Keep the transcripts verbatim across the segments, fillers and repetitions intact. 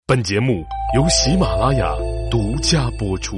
本节目由喜马拉雅独家播出。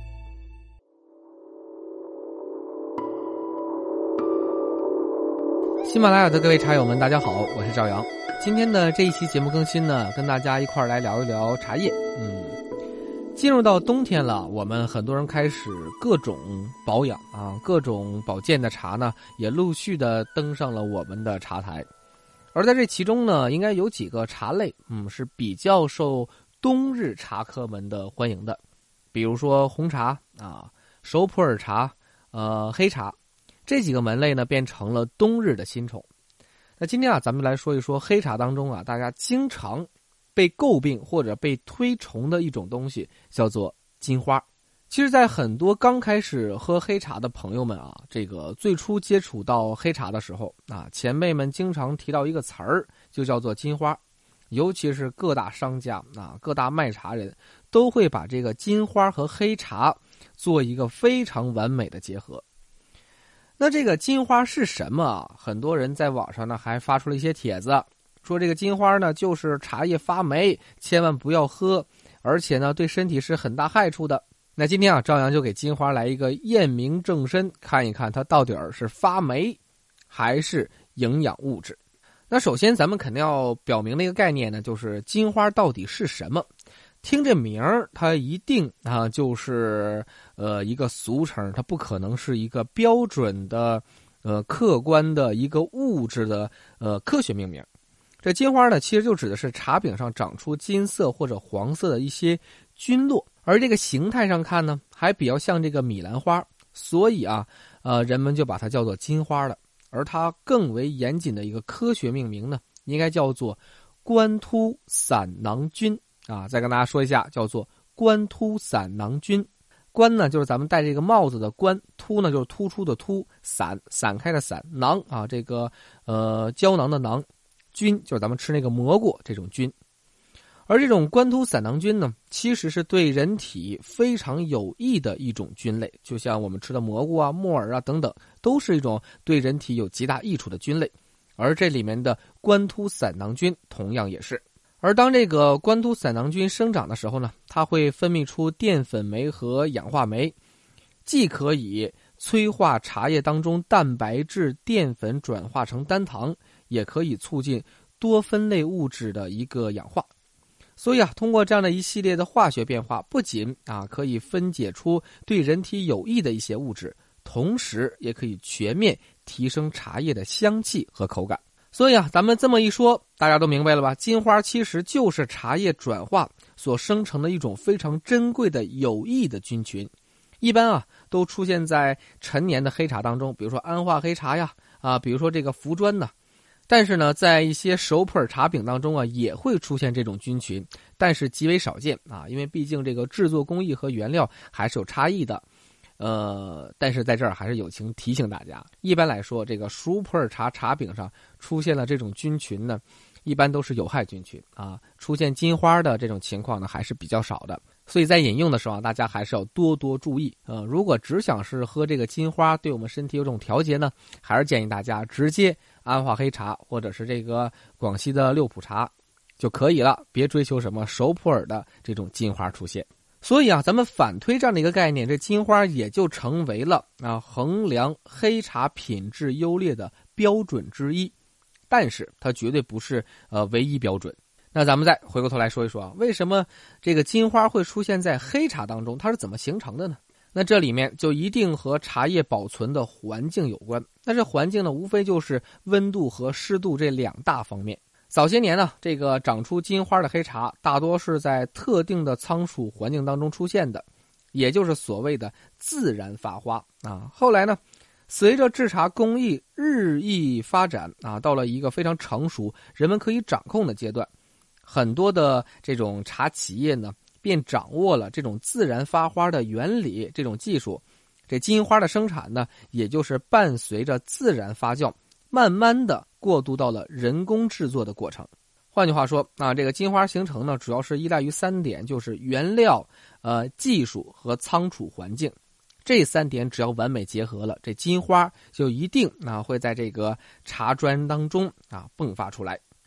喜马拉雅的各位茶友们，大家好，我是赵阳。今天的这一期节目更新呢，跟大家一块儿来聊一聊茶叶。嗯，进入到冬天了，我们很多人开始各种保养啊，各种保健的茶呢，也陆续的登上了我们的茶台。而在这其中呢，应该有几个茶类，嗯，是比较受冬日茶客们的欢迎的，比如说红茶啊、熟普洱茶、呃黑茶，这几个门类呢变成了冬日的新宠。那今天啊，咱们来说一说黑茶当中啊，大家经常被诟病或者被推崇的一种东西，叫做金花。其实在很多刚开始喝黑茶的朋友们啊，这个最初接触到黑茶的时候啊，前辈们经常提到一个词儿，就叫做金花。尤其是各大商家啊，各大卖茶人都会把这个金花和黑茶做一个非常完美的结合。那这个金花是什么啊？很多人在网上呢还发出了一些帖子，说这个金花呢就是茶叶发霉，千万不要喝，而且呢对身体是很大害处的。那今天啊，赵阳就给金花来一个验明正身，看一看它到底是发霉还是营养物质。那首先咱们肯定要表明的一个概念呢，就是金花到底是什么。听这名儿，它一定啊就是呃一个俗称，它不可能是一个标准的呃客观的一个物质的呃科学命名。这金花呢，其实就指的是茶饼上长出金色或者黄色的一些菌落，而这个形态上看呢，还比较像这个米兰花，所以啊，呃，人们就把它叫做金花了。而它更为严谨的一个科学命名呢，应该叫做关突散囊菌啊。再跟大家说一下，叫做关突散囊菌。关呢就是咱们戴这个帽子的关，突呢就是突出的突，散散开的散，囊啊这个呃胶囊的囊，菌就是咱们吃那个蘑菇这种菌。而这种关突散囊菌呢，其实是对人体非常有益的一种菌类，就像我们吃的蘑菇啊、木耳啊等等，都是一种对人体有极大益处的菌类。而这里面的关突散囊菌同样也是。而当这个关突散囊菌生长的时候呢，它会分泌出淀粉酶和氧化酶，既可以催化茶叶当中蛋白质淀粉转化成单糖，也可以促进多酚类物质的一个氧化。所以啊，通过这样的一系列的化学变化，不仅啊可以分解出对人体有益的一些物质，同时也可以全面提升茶叶的香气和口感。所以啊，咱们这么一说，大家都明白了吧？金花其实就是茶叶转化所生成的一种非常珍贵的有益的菌群，一般啊都出现在陈年的黑茶当中，比如说安化黑茶呀，啊，比如说这个茯砖呢。但是呢，在一些熟普洱茶饼当中啊，也会出现这种菌群，但是极为少见啊，因为毕竟这个制作工艺和原料还是有差异的。呃，但是在这儿还是友情提醒大家，一般来说，这个熟普洱茶茶饼上出现了这种菌群呢，一般都是有害菌群啊，出现金花的这种情况呢还是比较少的。所以在饮用的时候啊，大家还是要多多注意。呃，如果只想是喝这个金花，对我们身体有种调节呢，还是建议大家直接安化黑茶或者是这个广西的六普茶就可以了，别追求什么熟普洱的这种金花出现。所以啊，咱们反推这样的一个概念，这金花也就成为了啊衡量黑茶品质优劣的标准之一，但是它绝对不是呃唯一标准。那咱们再回过头来说一说啊，为什么这个金花会出现在黑茶当中？它是怎么形成的呢？那这里面就一定和茶叶保存的环境有关。那这环境呢，无非就是温度和湿度这两大方面。早些年呢，这个长出金花的黑茶大多是在特定的仓储环境当中出现的，也就是所谓的自然发花啊。后来呢，随着制茶工艺日益发展啊，到了一个非常成熟、人们可以掌控的阶段，很多的这种茶企业呢，便掌握了这种自然发花的原理，这种技术。这金花的生产呢，也就是伴随着自然发酵，慢慢的过渡到了人工制作的过程。换句话说啊，这个金花形成呢，主要是依赖于三点，就是原料、呃技术和仓储环境。这三点只要完美结合了，这金花就一定啊会在这个茶砖当中啊迸发出来。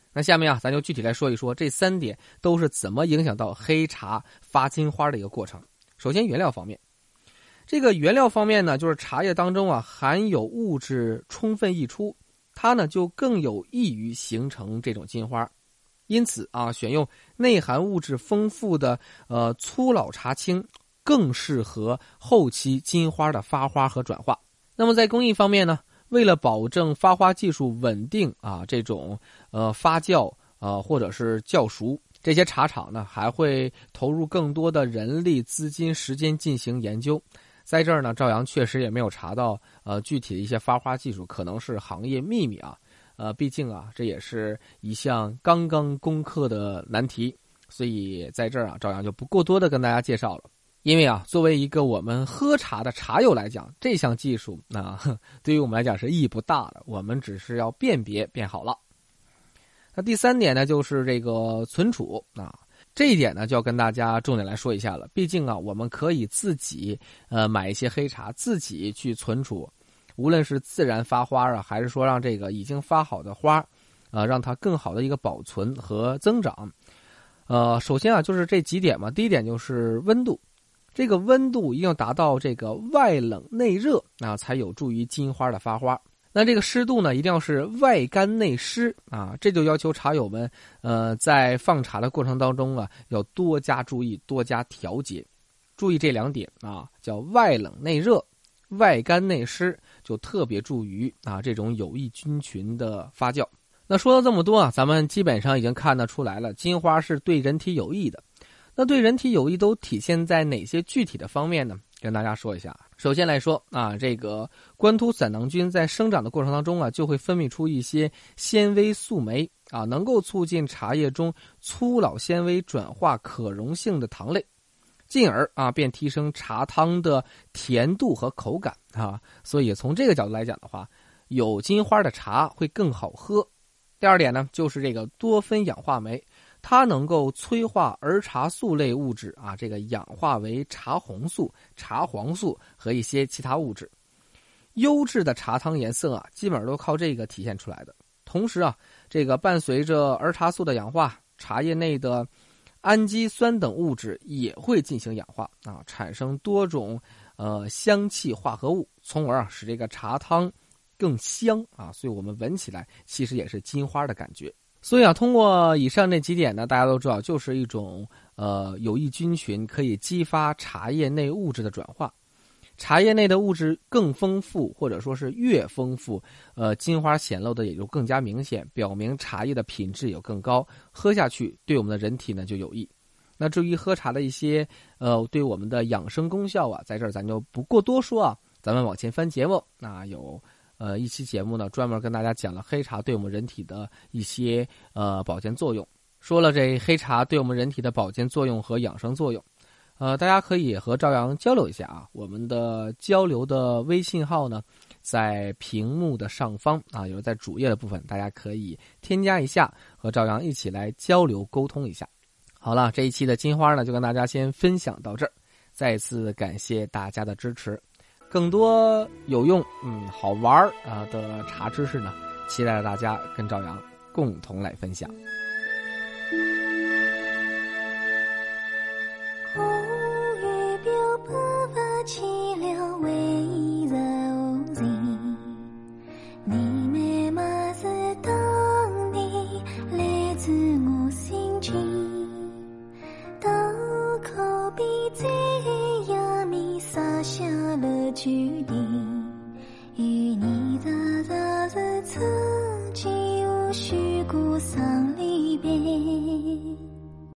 那下面啊，咱就具体来说一说这三点都是怎么影响到黑茶发金花的一个过程。首先，原料方面，这个原料方面呢，就是茶叶当中啊含有物质充分溢出，它呢就更有益于形成这种金花。因此啊，选用内含物质丰富的呃粗老茶青，更适合后期金花的发花和转化。那么在工艺方面呢，为了保证发花技术稳定啊，这种呃发酵呃或者是酵熟，这些茶厂呢还会投入更多的人力、资金、时间进行研究。在这儿呢，赵阳确实也没有查到呃具体的一些发花技术，可能是行业秘密啊。呃，毕竟啊，这也是一项刚刚攻克的难题，所以在这儿啊，赵阳就不过多的跟大家介绍了。因为啊，作为一个我们喝茶的茶友来讲，这项技术那对于我们来讲是意义不大的，我们只是要辨别变好了。那第三点呢，就是这个存储啊，这一点呢就要跟大家重点来说一下了。毕竟啊，我们可以自己呃买一些黑茶，自己去存储。无论是自然发花啊，还是说让这个已经发好的花，呃，让它更好的一个保存和增长。呃，首先啊，就是这几点嘛。第一点就是温度，这个温度一定要达到这个外冷内热啊，才有助于金花的发花。那这个湿度呢，一定要是外干内湿啊，这就要求茶友们呃在放茶的过程当中啊，要多加注意，多加调节，注意这两点啊，叫外冷内热。外干内湿就特别助于啊这种有益菌群的发酵。那说到这么多啊，咱们基本上已经看得出来了，金花是对人体有益的。那对人体有益都体现在哪些具体的方面呢？跟大家说一下。首先来说啊，这个官突散囊菌在生长的过程当中啊，就会分泌出一些纤维素酶啊，能够促进茶叶中粗老纤维转化可溶性的糖类。进而啊，便提升茶汤的甜度和口感啊，所以从这个角度来讲的话，有金花的茶会更好喝。第二点呢，就是这个多酚氧化酶，它能够催化儿茶素类物质啊，这个氧化为茶红素、茶黄素和一些其他物质。优质的茶汤颜色啊，基本上都靠这个体现出来的。同时啊，这个伴随着儿茶素的氧化，茶叶内的氨基酸等物质也会进行氧化啊，产生多种呃香气化合物，从而啊使这个茶汤更香啊，所以我们闻起来其实也是金花的感觉。所以啊，通过以上这几点呢，大家都知道，就是一种呃有益菌群可以激发茶叶内物质的转化。茶叶内的物质更丰富，或者说是越丰富，呃，金花显露的也就更加明显，表明茶叶的品质也更高，喝下去对我们的人体呢就有益。那至于喝茶的一些呃对我们的养生功效啊，在这儿咱就不过多说啊，咱们往前翻节目，那有呃一期节目呢专门跟大家讲了黑茶对我们人体的一些呃保健作用，说了这黑茶对我们人体的保健作用和养生作用。呃，大家可以和赵阳交流一下啊。我们的交流的微信号呢，在屏幕的上方啊，有在主页的部分，大家可以添加一下，和赵阳一起来交流沟通一下。好了，这一期的金花呢，就跟大家先分享到这儿，再一次感谢大家的支持。更多有用、嗯好玩啊的茶知识呢，期待着大家跟赵阳共同来分享。 凄凉微柔情，你美貌是当年来自我心间，当口边在阳面撒下了句点，与你常常是曾经无需过伤离别。